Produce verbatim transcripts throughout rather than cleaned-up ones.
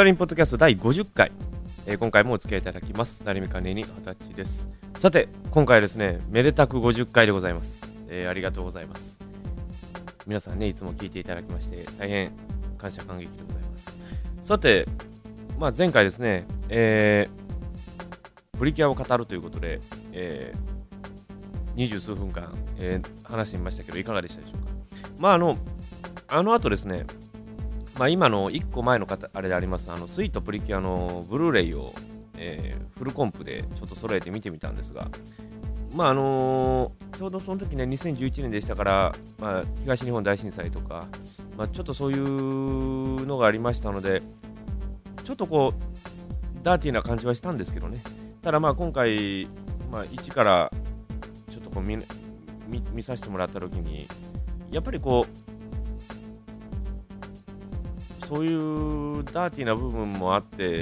タリンポッドキャストだいごじゅっかい、えー、今回もお付き合いいただきます。成美金に二十歳です。さて今回はですね、めでたくごじゅっかいでございます。えー、ありがとうございます。皆さんね、いつも聞いていただきまして大変感謝感激でございます。さて、まあ、前回ですね、えー、プリキュアを語るということで、えー、二十数分間、えー、話してみましたけどいかがでしたでしょうか。まああのあの後ですね、まあ、今のいっこまえの方あれでありますあのスイートプリキュアのブルーレイを、えー、フルコンプでちょっと揃えて見てみたんですが、まああのー、ちょうどその時ねにせんじゅういちねんでしたから、まあ、東日本大震災とか、まあ、ちょっとそういうのがありましたので、ちょっとこうダーティーな感じはしたんですけどね。ただまあ今回、まあ、一からちょっとこう 見, 見, 見させてもらった時に、やっぱりこうそういうダーティーな部分もあって、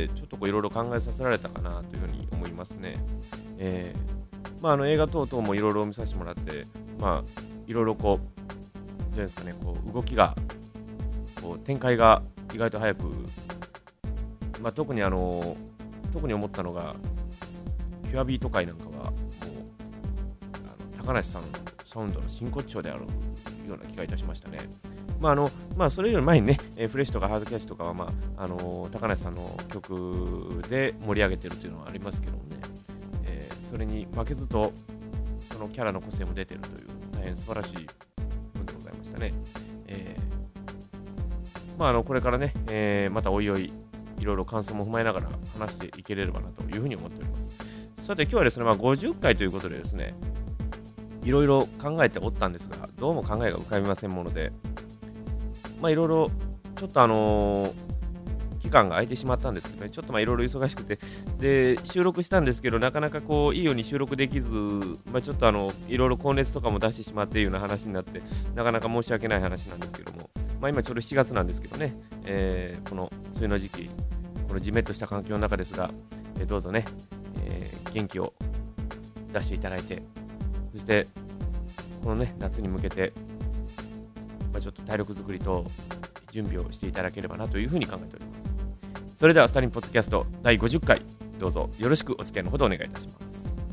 ちょっとこういろいろ考えさせられたかなというふうに思いますね。えーまあ、あの映画等々もいろいろ見させてもらって、まあ、いろいろこう、どうですかね、こう動きが、こう展開が意外と早く、まあ、特にあの特に思ったのが、キュアビート界なんかは、もうあの高梨さんのサウンドの真骨頂であるような気がいたしましたね。まああのまあ、それより前にね、えー、フレッシュとかハードキャッシュとかは、まああのー、高梨さんの曲で盛り上げてるというのはありますけどもね、えー、それに負けずとそのキャラの個性も出てるという大変素晴らしい文でございましたね。えーまあ、あのこれからね、えー、またおいおいいろいろ感想も踏まえながら話していけれればなというふうに思っております。さて今日はですね、まあ、ごじゅっかいということでですね、いろいろ考えておったんですが、どうも考えが浮かびませんもので、まあいろいろちょっとあのー、期間が空いてしまったんですけどね、ちょっとまあいろいろ忙しくて、で収録したんですけど、なかなかこういいように収録できず、まあ、ちょっとあのいろいろ高熱とかも出してしまっているような話になって、なかなか申し訳ない話なんですけども、まあ、今ちょうどしちがつなんですけどね、えー、この梅雨の時期、このジメッとした環境の中ですが、えー、どうぞね、えー、元気を出していただいて、そしてこのね夏に向けて、まあ、ちょっと体力作りと準備をしていただければなというふうに考えております。それではスタリンポッドキャストだいごじゅっかい、どうぞよろしくお付き合いのほどお願いいたします。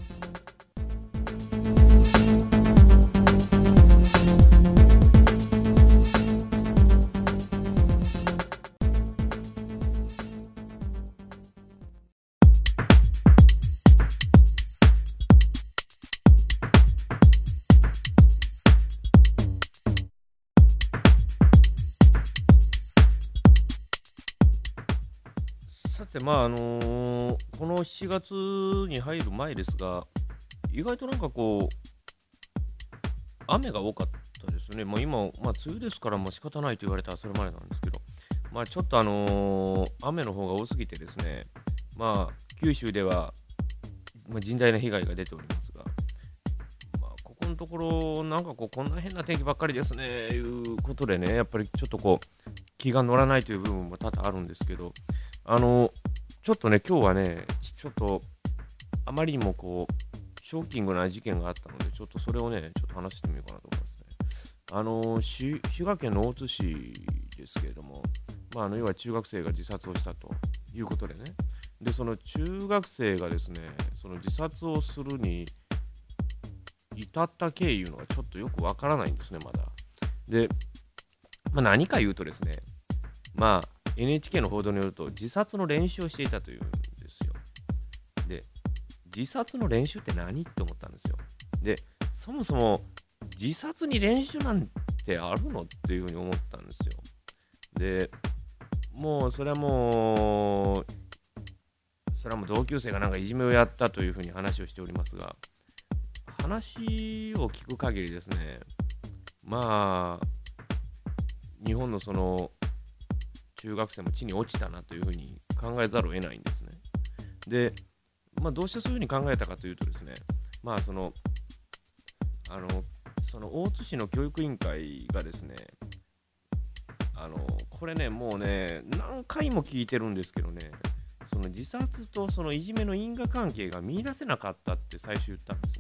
さてまああのー、このしがつに入る前ですが、意外となんかこう雨が多かったですね。まあ、今、まあ、梅雨ですからもう仕方ないと言われたらそれまでなんですけど、まあ、ちょっとあのー、雨の方が多すぎてですね、まあ、九州では、まあ、甚大な被害が出ておりますが、まあ、ここのところなんかこうこんな変な天気ばっかりですねいうことでね、やっぱりちょっとこう気が乗らないという部分も多々あるんですけど、あのちょっとね今日はねちょっとあまりにもこうショッキングな事件があったので、ちょっとそれをねちょっと話してみようかなと思いますね。あの滋賀県の大津市ですけれども、まあ、あの要は中学生が自殺をしたということでね、でその中学生がですねその自殺をするに至った経緯いうのがちょっとよくわからないんですねまだ。で、まあ、何か言うとですね、まあ エヌエイチケー の報道によると自殺の練習をしていたというんですよ。で、自殺の練習って何って思ったんですよ。で、そもそも自殺に練習なんてあるのっていうふうに思ったんですよ。で、もうそれはもう、それはもう同級生がなんかいじめをやったというふうに話をしておりますが、話を聞く限りですね、まあ、日本のその中学生も地に落ちたなというふうに考えざるを得ないんですね。で、まあ、どうしてそういうふうに考えたかというとですね、まあそのあのその大津市の教育委員会がですね、あのこれねもうね何回も聞いてるんですけどね、その自殺とそのいじめの因果関係が見出せなかったって最初言ったん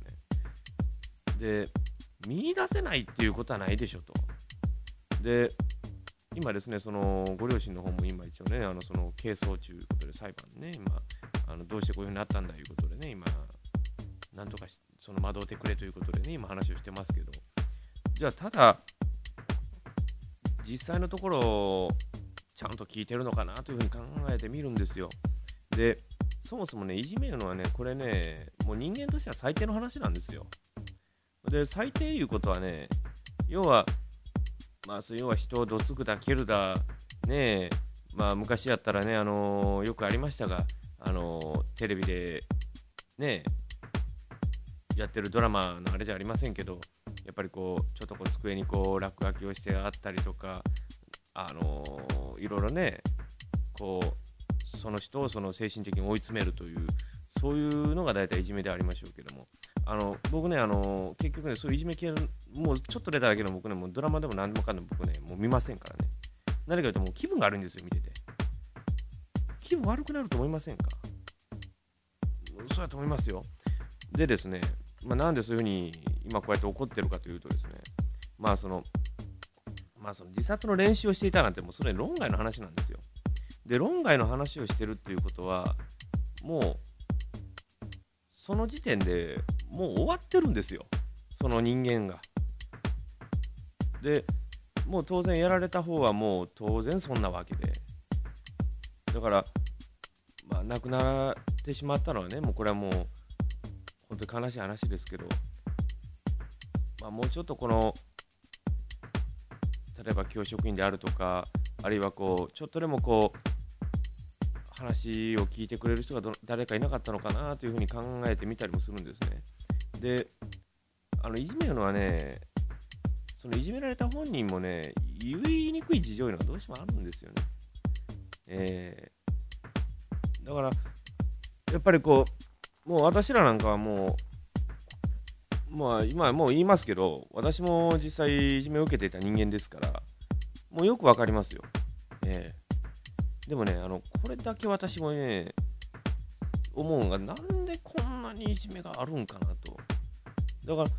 ですね。で、見出せないっていうことはないでしょと。で、 今ですね、そのご両親の方も今一応ね、あのその係争中いうことで裁判ね、今、あのどうしてこういうふうになったんだということでね、今、なんとかその惑うてくれということでね、今話をしてますけど、じゃあただ、実際のところ、ちゃんと聞いてるのかなというふうに考えてみるんですよ。で、そもそもね、いじめるのはね、これね、もう人間としては最低の話なんですよ。で、最低いうことはね、要は、まあ、そう要は人をどつくだ、蹴るだ、ねえ、まあ、昔やったらね、あのーよくありましたが、あのーテレビで、ねえ、やってるドラマのあれじゃありませんけど、やっぱりこう、ちょっとこう机にこう、落書きをしてあったりとか、あのーいろいろね、こう、その人をその精神的に追い詰めるという、そういうのが大体いじめでありましょうけども、あの僕ね、あの結局ね、そういういじめ系の、もうちょっと出ただけの僕ね、もうドラマでも何でもかんでも僕ね、もう見ませんからね。何か言うともう気分が悪いんですよ、見てて。気分悪くなると思いませんか？そうだと思いますよ。でですね、まあ、なんでそういうふうに今こうやって怒ってるかというとですね、まあその、まあその自殺の練習をしていたなんてもうそれ論外の話なんですよ。で、論外の話をしてるっていうことは、もうその時点でもう終わってるんですよ、その人間が。で、もう当然やられた方はもう当然そんなわけで。だから、まあ、亡くなってしまったのはね、もうこれはもう本当に悲しい話ですけど、まあ、もうちょっとこの、例えば教職員であるとか、あるいはこう、ちょっとでもこう、話を聞いてくれる人がど誰かいなかったのかなというふうに考えてみたりもするんですね。で、あのいじめるのはね、そのいじめられた本人もね、言いにくい事情いうのがどうしてもあるんですよね。えー、だから、やっぱりこう、もう私らなんかはもう、まあ今はもう言いますけど、私も実際いじめを受けていた人間ですから、もうよくわかりますよ。えー、でもね、あの、これだけ私もね、思うのが、なんでこんなにいじめがあるんかなと。だから、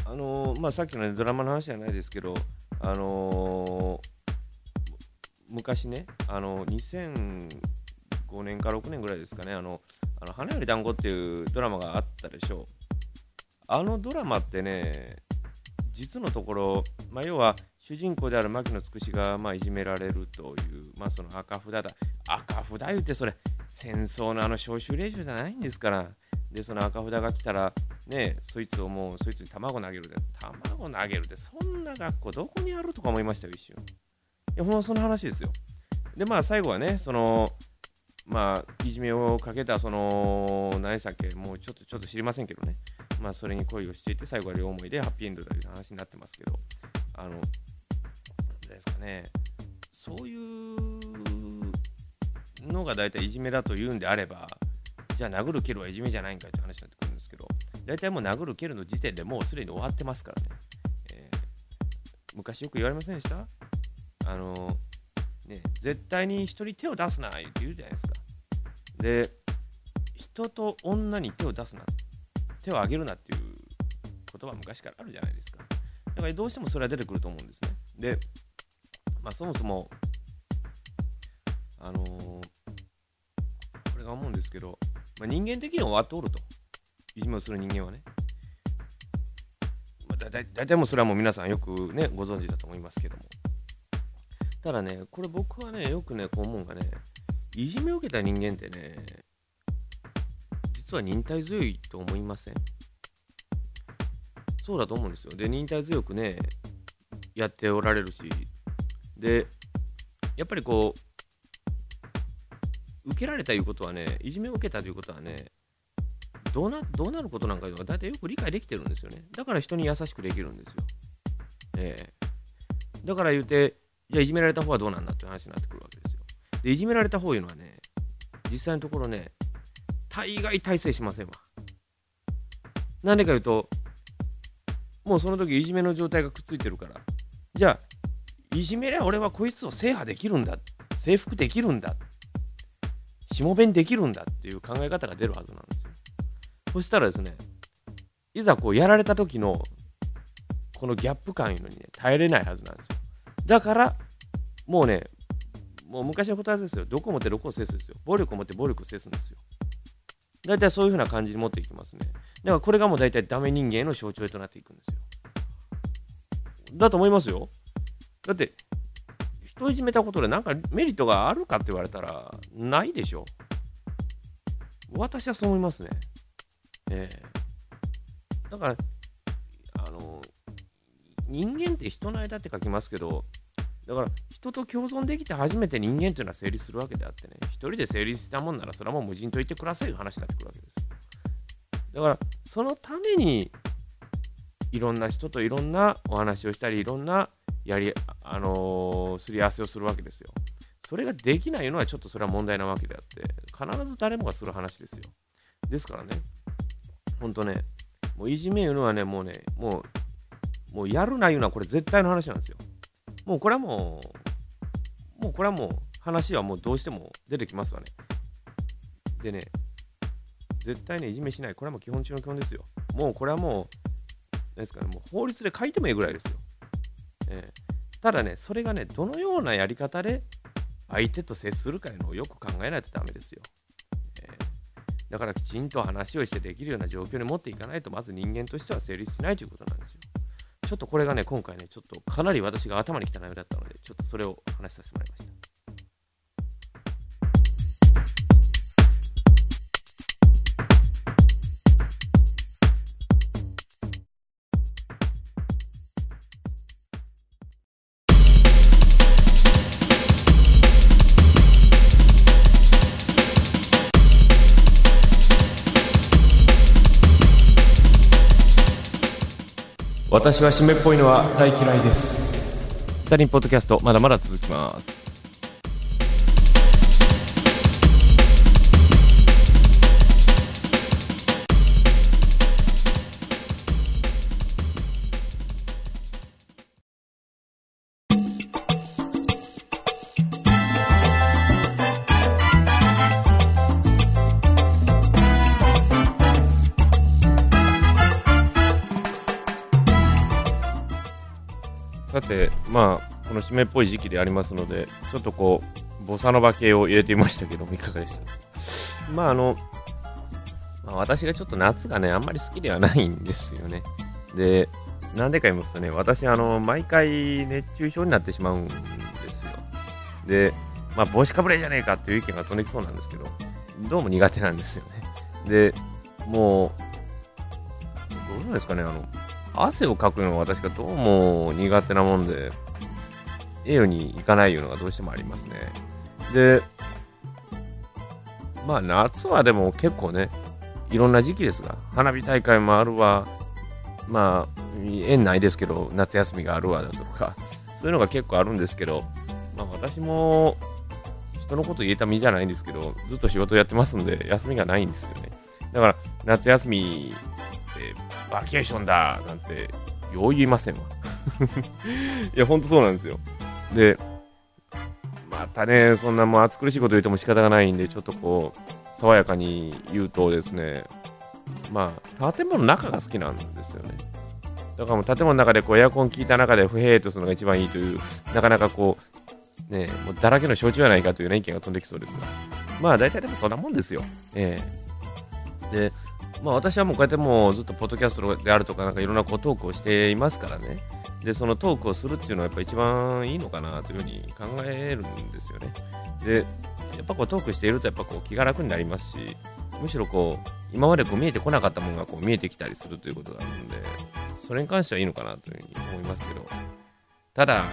あのーまあ、さっきの、ね、ドラマの話じゃないですけど、あのー昔ね、あのにせんごねんかろくねんぐらいですかね、あの、あの花より団子っていうドラマがあったでしょう。あのドラマってね、実のところ、まあ、要は主人公である牧野つくしが、まあ、いじめられるという、まあ、その赤札だ。赤札言うて、それ、戦争のあの召集令状じゃないんですから。で、その赤札が来たら、ね、そいつをもう、そいつに卵投げるで、卵投げるで、そんな学校どこにあるとか思いましたよ、一瞬。いや、ほんまその話ですよ。で、まあ、最後はね、その、まあ、いじめをかけた、その、何でしたっけ、もうちょっと、ちょっと知りませんけどね。まあ、それに恋をしていて、最後は両思いでハッピーエンドという話になってますけど、あの、なんですかね、そういうのが大体いじめだというんであれば、じゃあ殴る蹴るはいじめじゃないんかって話になってくるんですけど、大体もう殴る蹴るの時点でもうすでに終わってますからね。えー、昔よく言われませんでした？あのね、絶対に人に手を出すなって言うじゃないですか。で、人と女に手を出すな、手を挙げるなっていう言葉昔からあるじゃないですか。だからどうしてもそれは出てくると思うんですね。で、まあそもそも、あのー、これが思うんですけど、まあ、人間的には終わっておると。いじめをする人間はね。まあ、だいたいもうそれはもう皆さんよくね、ご存知だと思いますけども。ただね、これ僕はね、よくね、こう思うのがね、いじめを受けた人間ってね、実は忍耐強いと思いません？そうだと思うんですよ。で、忍耐強くね、やっておられるし、で、やっぱりこう、受けられたいうことはね、いじめを受けたということはね、どうな、どうなることなんかいうのは大体よく理解できてるんですよね。だから人に優しくできるんですよ。ええ、だから言うて、じゃあいじめられた方はどうなんだって話になってくるわけですよ。で、いじめられた方いうのはね、実際のところね、大概大成しませんわ。なんでか言うと、もうその時いじめの状態がくっついてるから、じゃあ、いじめりゃ俺はこいつを制覇できるんだ、征服できるんだ、しもべにできるんだっていう考え方が出るはずなんですよ。そしたらですね、いざこうやられた時のこのギャップ感いうのにね、耐えれないはずなんですよ。だから、 もうね、もう昔のことわざですよ。毒を持って毒を制すですよ。暴力を持って暴力を制すんですよ。大体そういう風な感じに持っていきますね。だからこれがもう大体ダメ人間への象徴となっていくんですよ。だと思いますよ。だって、人をいじめたことでなんかメリットがあるかって言われたら、ないでしょ。私はそう思いますね。えー、だから、あの、人間って人の間って書きますけど、だから人と共存できて初めて人間というのは成立するわけであってね、一人で成立したもんならそれはもう無人と言ってくださいいう話になってくるわけですよ。だからそのためにいろんな人といろんなお話をしたり、いろんなやり、あのーすり合わせをするわけですよ。それができないのはちょっとそれは問題なわけであって、必ず誰もがする話ですよ。ですからね、ほんとね、もういじめいうのはね、もうね、もう、もうやるないうのはこれ絶対の話なんですよ。もうこれはもう、もうこれはもう話はもうどうしても出てきますわね。でね、絶対ね、いじめしない。これはもう基本中の基本ですよ。もうこれはもう、何ですかね、もう法律で書いてもいいぐらいですよ。えー、ただね、それがね、どのようなやり方で相手と接するかいうのをよく考えないとダメですよ。えー、だからきちんと話をしてできるような状況に持っていかないと、まず人間としては成立しないということなんですよ。ちょっとこれがね、今回ね、ちょっとかなり私が頭にきた内容だったので、ちょっとそれを話させてもらいました。私は締めっぽいのは大嫌いです。スタリンポッドキャストまだまだ続きます。さて、まあ、この締めっぽい時期でありますので、ちょっとこう、ボサノバ系を入れてみましたけども、いかがでした？まあ、あの、まあ、私がちょっと夏がね、あんまり好きではないんですよね。で、なんでか言いますとね、私、あの、毎回熱中症になってしまうんですよ。で、まあ、帽子かぶれじゃねえかっていう意見が飛んできそうなんですけど、どうも苦手なんですよね。で、もう、どうなんですかね、あの、汗をかくのが私がどうも苦手なもんで、ええようにいかないいうのがどうしてもありますね。で、まあ夏はでも結構ね、いろんな時期ですが、花火大会もあるわ、まあ、園内ですけど、夏休みがあるわだとか、そういうのが結構あるんですけど、まあ私も人のこと言えた身じゃないんですけど、ずっと仕事やってますんで、休みがないんですよね。だから、夏休み、えーバケーションだなんてよう言いませんわいやほんとそうなんですよ。でまたね、そんなもう暑苦しいこと言っても仕方がないんで、ちょっとこう爽やかに言うとですね、まあ建物の中が好きなんですよね。だからもう建物の中でこうエアコン効いた中でふへーとするのが一番いいという、なかなかこうね、もうだらけの焼酎じゃないかという、ね、意見が飛んできそうですが、まあ大体でもそんなもんですよ。ええー、でまあ私はもうこうやってもうずっとポッドキャストであるとかなんかいろんなこうトークをしていますからね。で、そのトークをするっていうのはやっぱ一番いいのかなというふうに考えるんですよね。で、やっぱこうトークしているとやっぱこう気が楽になりますし、むしろこう今までこう見えてこなかったものがこう見えてきたりするということがあるので、それに関してはいいのかなというふうに思いますけど、ただ、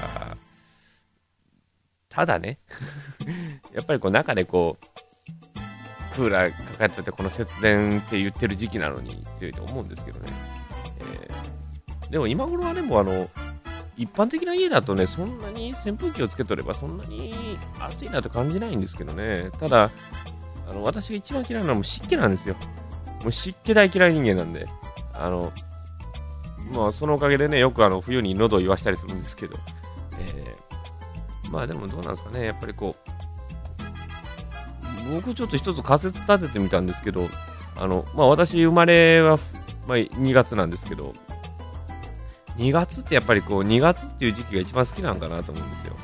ただね、やっぱりこう中でこう、クーラーかかっててこの節電って言ってる時期なのにって思うんですけどね、えー、でも今頃はね、もうあの一般的な家だとね、そんなに扇風機をつけとればそんなに暑いなと感じないんですけどね。ただあの私が一番嫌いなのはもう湿気なんですよ。もう湿気大嫌い人間なんで、あのまあそのおかげでね、よくあの冬に喉を言わしたりするんですけど、えー、まあでもどうなんですかね、やっぱりこう僕ちょっと一つ仮説立ててみたんですけど、あの、まあ、私生まれは、まあ、にがつなんですけど、にがつってやっぱりこうにがつっていう時期が一番好きなんかなと思うんですよ。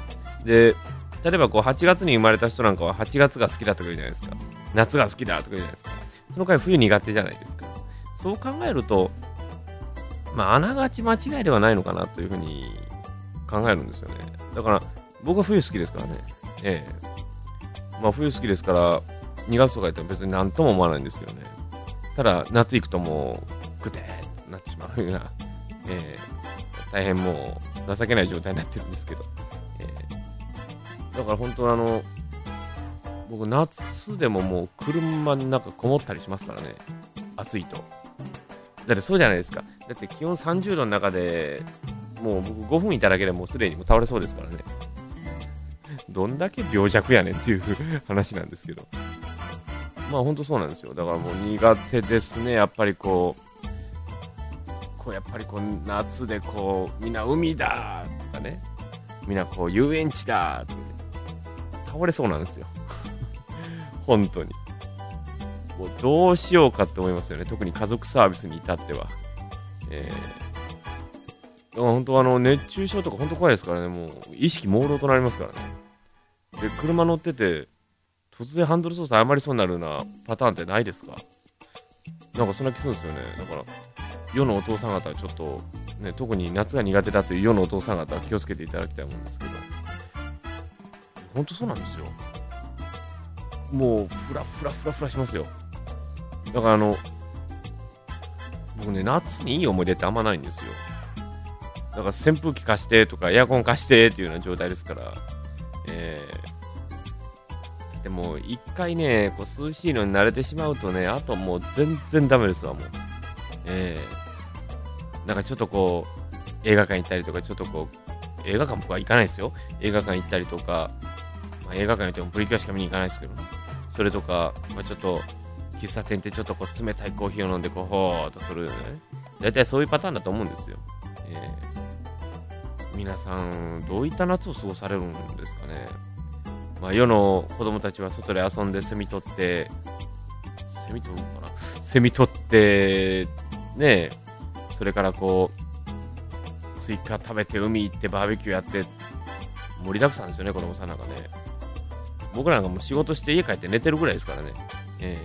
で例えばこうはちがつに生まれた人なんかははちがつが好きだとか言うじゃないですか。夏が好きだとか言うじゃないですか。その回冬苦手じゃないですか。そう考えると、まあ、あながち間違いではないのかなというふうに考えるんですよね。だから僕は冬好きですからね。ええまあ、冬好きですからにがつとか言っても別に何とも思わないんですけどね。ただ夏行くともうグテーってなってしまうような、えー、大変もう情けない状態になってるんですけど、えー、だから本当はあの僕夏でももう車の中こもったりしますからね。暑いと。だってそうじゃないですか。だって気温さんじゅうどの中でもう僕ごふんいただけでもうすでにもう倒れそうですからね。どんだけ病弱やねんっていう話なんですけど、まあ本当そうなんですよ。だからもう苦手ですね。やっぱりこうこうやっぱりこう夏でこうみんな海だとかね、みんなこう遊園地だとか、ね、倒れそうなんですよ本当にもうどうしようかって思いますよね。特に家族サービスに至っては、えー、だから本当あの熱中症とか本当怖いですからね。もう意識朦朧となりますからね。で車乗ってて突然ハンドル操作誤りそうになるようなパターンってないですか？なんかそんな気するんですよね。だから世のお父さん方はちょっと、ね、特に夏が苦手だという世のお父さん方は気をつけていただきたいもんですけど、本当そうなんですよ。もうフラフラフラフラしますよ。だからあの僕ね、夏にいい思い出ってあんまないんですよ。だから扇風機貸してとかエアコン貸してっていうような状態ですから、えー、でも一回ねこう涼しいのに慣れてしまうとね、あともう全然ダメですわ。もう、えー、なんかちょっとこう映画館行ったりとか、ちょっとこう映画館僕は行かないですよ。映画館行ったりとか、まあ、映画館行ってもプリキュアしか見に行かないですけど、ね、それとか、まあ、ちょっと喫茶店ってちょっとこう冷たいコーヒーを飲んでこうほーっとするよね。大体そういうパターンだと思うんですよ。えー、皆さんどういった夏を過ごされるんですかね。まあ、世の子供たちは外で遊んでセミ取ってセミ取るのかなセミ取ってね、それからこうスイカ食べて海行ってバーベキューやって盛りだくさんですよね、子供さんなんかね。僕らなんかもう仕事して家帰って寝てるぐらいですからね。え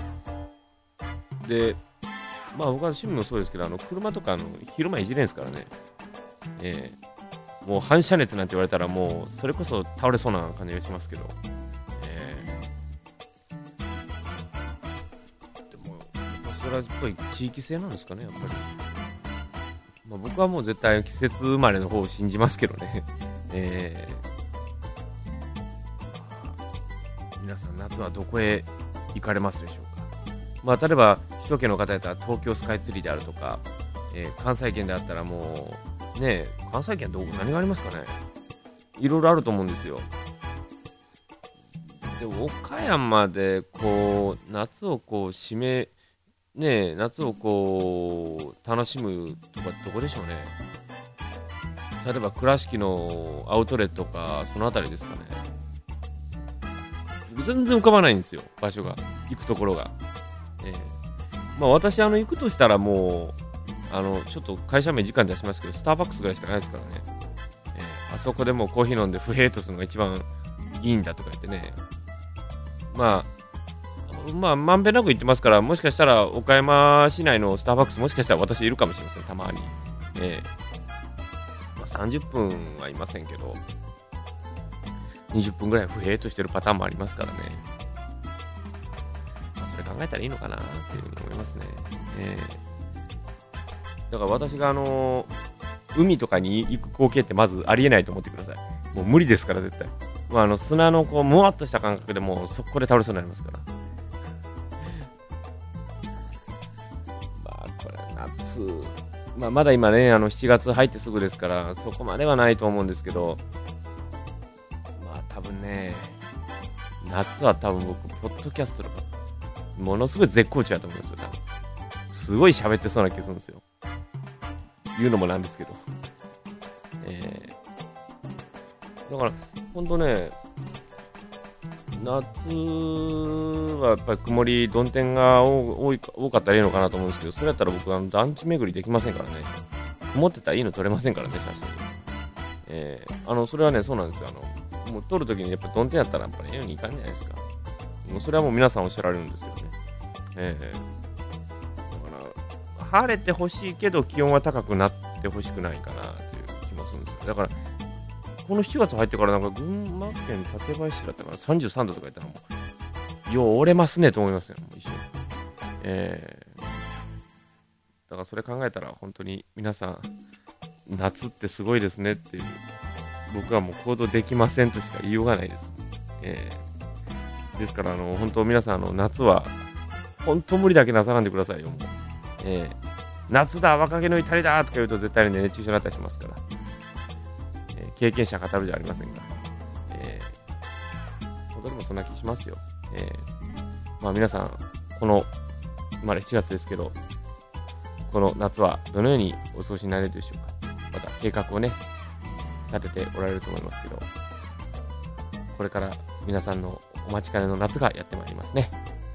ー、でまあ僕は趣味もそうですけど、あの車とかあの昼間いじれんですからね。えー、もう反射熱なんて言われたらもうそれこそ倒れそうな感じがしますけど、えー、でもそれはやっぱり地域性なんですかね、やっぱり。まあ、僕はもう絶対季節生まれの方を信じますけどね。えー、皆さん夏はどこへ行かれますでしょうか。まあ、例えば首都圏の方だったら東京スカイツリーであるとか、えー、関西圏であったらもうね、関西圏はどこ何がありますかね。いろいろあると思うんですよ。でも岡山でこう夏をこう締めね、夏をこう楽しむとかどこでしょうね。例えば倉敷のアウトレットかそのあたりですかね。全然浮かばないんですよ、場所が、行くところが。えー、まあ私あの行くとしたらもうあのちょっと会社名時間出しますけど、スターバックスぐらいしかないですからね。えー、あそこでもうコーヒー飲んで不平とするのが一番いいんだとか言ってね。まあまあ、まんべんなく行ってますから、もしかしたら岡山市内のスターバックス、もしかしたら私いるかもしれません、たまに。えーまあ、さんじゅっぷんはいませんけど、にじゅっぷんぐらい不平としてるパターンもありますからね。まあ、それ考えたらいいのかなっていうふうに思いますね。えー、だから私が、あのー、海とかに行く光景ってまずありえないと思ってください。もう無理ですから、絶対。まあ、あの砂のこうむわっとした感覚でもうそこで倒れそうになりますから。まあ、まだ今ね、あのしちがつ入ってすぐですからそこまではないと思うんですけど、まあ多分ね、夏は多分僕ポッドキャストとかものすごい絶好調だと思うんですよ。多分すごい喋ってそうな気がするんですよ。言うのもなんですけど、えー、だから本当ね、夏はやっぱり曇り曇天が多い多かったらいいのかなと思うんですけど、それやったら僕あの団地巡りできませんからね。曇ってたらいいの撮れませんからね、写真。えー、あのそれはね、そうなんですよ。あのもう撮るときにやっぱドンテンやったらやっぱりええようにいかんじゃないですか。もうそれはもう皆さんおっしゃられるんですけどね。ええー、だから晴れてほしいけど気温は高くなってほしくないかなという気もするんですよ。だからこのしちがつ入ってからなんか群馬県館林市だったからさんじゅうさんどとか言ったらもうよう折れますねと思いますよ、もう一緒に。えー、だからそれ考えたら本当に皆さん夏ってすごいですねっていう、僕はもう行動できませんとしか言いようがないです。えー、ですからあの本当皆さんあの夏は本当無理だけなさらんでくださいよ。もう、えー、夏だ若気の至りだとか言うと絶対に、ね、熱中症になったりしますから、えー、経験者語るじゃありませんか。えー、本当にもそんな気しますよ。えー、まあ皆さんこのまだしちがつですけど、この夏はどのようにお過ごしになれるでしょうか。また計画をね立てておられると思いますけど、これから皆さんのお待ちかねの夏がやってまいりますね。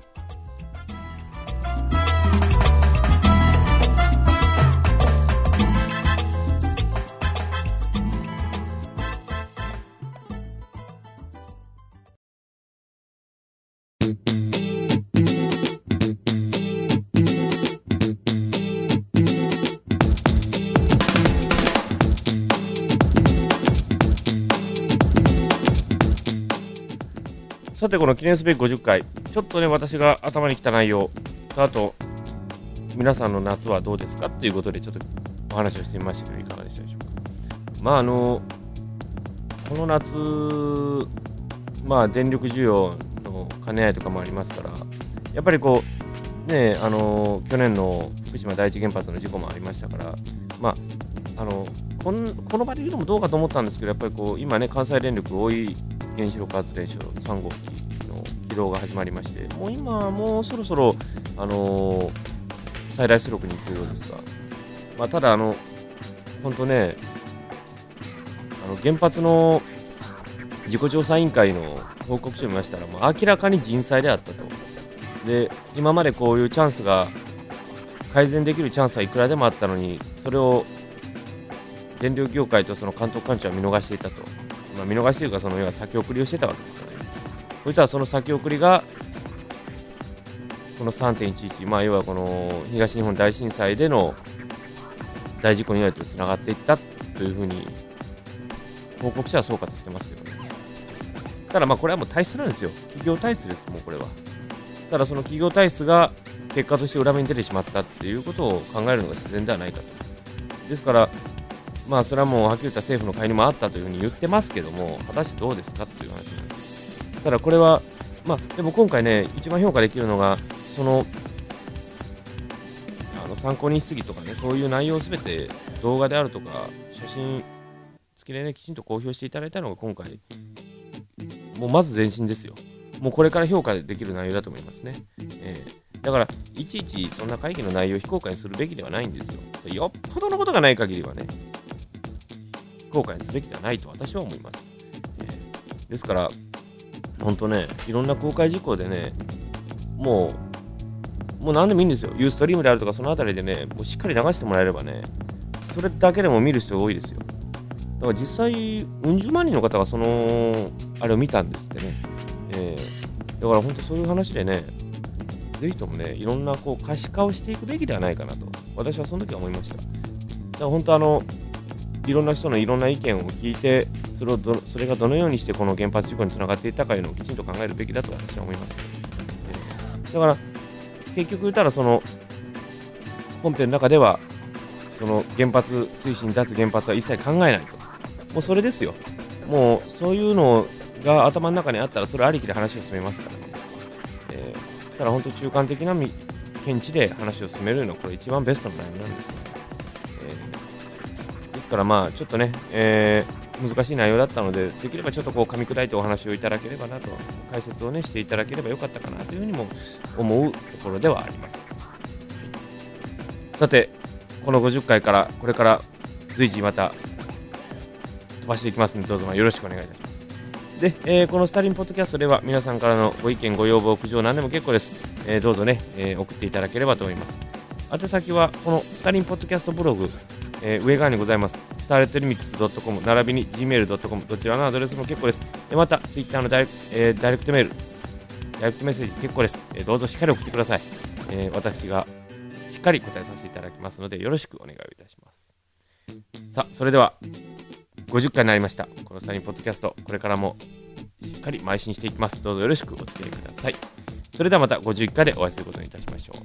さてこの記念すべきごじゅっかい、ちょっとね私が頭にきた内容と、あと皆さんの夏はどうですかということでちょっとお話をしてみましたけど、いかがでしたでしょうか。まああのこの夏、まあ電力需要の兼ね合いとかもありますから、やっぱりこうね、あの去年の福島第一原発の事故もありましたから、まああのこんこの場で言うのもどうかと思ったんですけど、やっぱりこう今ね関西電力大井原子力発電所さんごうきの起動が始まりまして、もう今もうそろそろ、あのー、最大出力に行くようですが、まあ、ただあの本当ね、あの原発の事故調査委員会の報告書を見ましたら、もう明らかに人災であったと。で今までこういうチャンスが改善できるチャンスはいくらでもあったのに、それを電力業界とその監督官庁は見逃していたと。まあ、見逃しているか、その要は先送りをしてたわけですよね。そしたらその先送りがこの さんてんいちいち、まあ、要はこの東日本大震災での大事故にとつながっていったというふうに報告者は総括してますけどね。ただまあこれはもう体質なんですよ。企業体質です、もうこれは。ただその企業体質が結果として裏目に出てしまったっていうことを考えるのが自然ではないかと。ですからまあそれはもうはっきり言った政府の介入もあったというふうに言ってますけども、果たしてどうですかという話なんです。ただこれはまあでも今回ね、一番評価できるのがそのあの参考にしすぎとかね、そういう内容をすべて動画であるとか写真付きでねきちんと公表していただいたのが今回もうまず前進ですよ。もうこれから評価できる内容だと思いますね。えー、だからいちいちそんな会議の内容を非公開にするべきではないんですよ。よっぽどのことがない限りはね、非公開にすべきではないと私は思います。えー、ですから本当ね、いろんな公開事項でね、もうもう何でもいいんですよ。ユーストリームであるとかそのあたりでね、もうしっかり流してもらえればね、それだけでも見る人多いですよ。だから実際うん十万人の方がそのあれを見たんですってね。えー、だから本当そういう話でね、ぜひともね、いろんなこう可視化をしていくべきではないかなと私はその時は思いました。だから本当あのいろんな人のいろんな意見を聞いて、それをどそれがどのようにしてこの原発事故につながっていったかいうのをきちんと考えるべきだと私は思います。えー、だから結局言ったらその本編の中ではその原発推進脱原発は一切考えないと、もうそれですよ。もうそういうのが頭の中にあったらそれありきで話を進めますからね。えー、ただ本当中間的な見地で話を進めるのはこれ一番ベストの内容なんですよ。えー、ですからまあちょっとね、えー、難しい内容だったので、できればちょっとこう噛み砕いてお話をいただければなと、解説をねしていただければよかったかなというふうにも思うところではあります。さてこのごじゅっかいからこれから随時また飛ばしていきますので、どうぞよろしくお願いいたします。で、えー、このスタリンポッドキャストでは皆さんからのご意見ご要望苦情何でも結構です。えー、どうぞね、えー、送っていただければと思います。宛先はこのスタリンポッドキャストブログ、えー、上側にございますスターレットリミックス ドットコム 並びに ジーメール ドットコム どちらのアドレスも結構です。 でまた Twitter のダイレク、えーダイレクトメールダイレクトメッセージ結構です、えーどうぞしっかり送ってください、えー私がしっかり答えさせていただきますのでよろしくお願いいたします。さあそれではごじゅっかいになりました。このスタニーポッドキャスト、これからもしっかり邁進していきます。どうぞよろしくお付き合いください。それではまたごじゅういっかいでお会いすることにいたしましょう。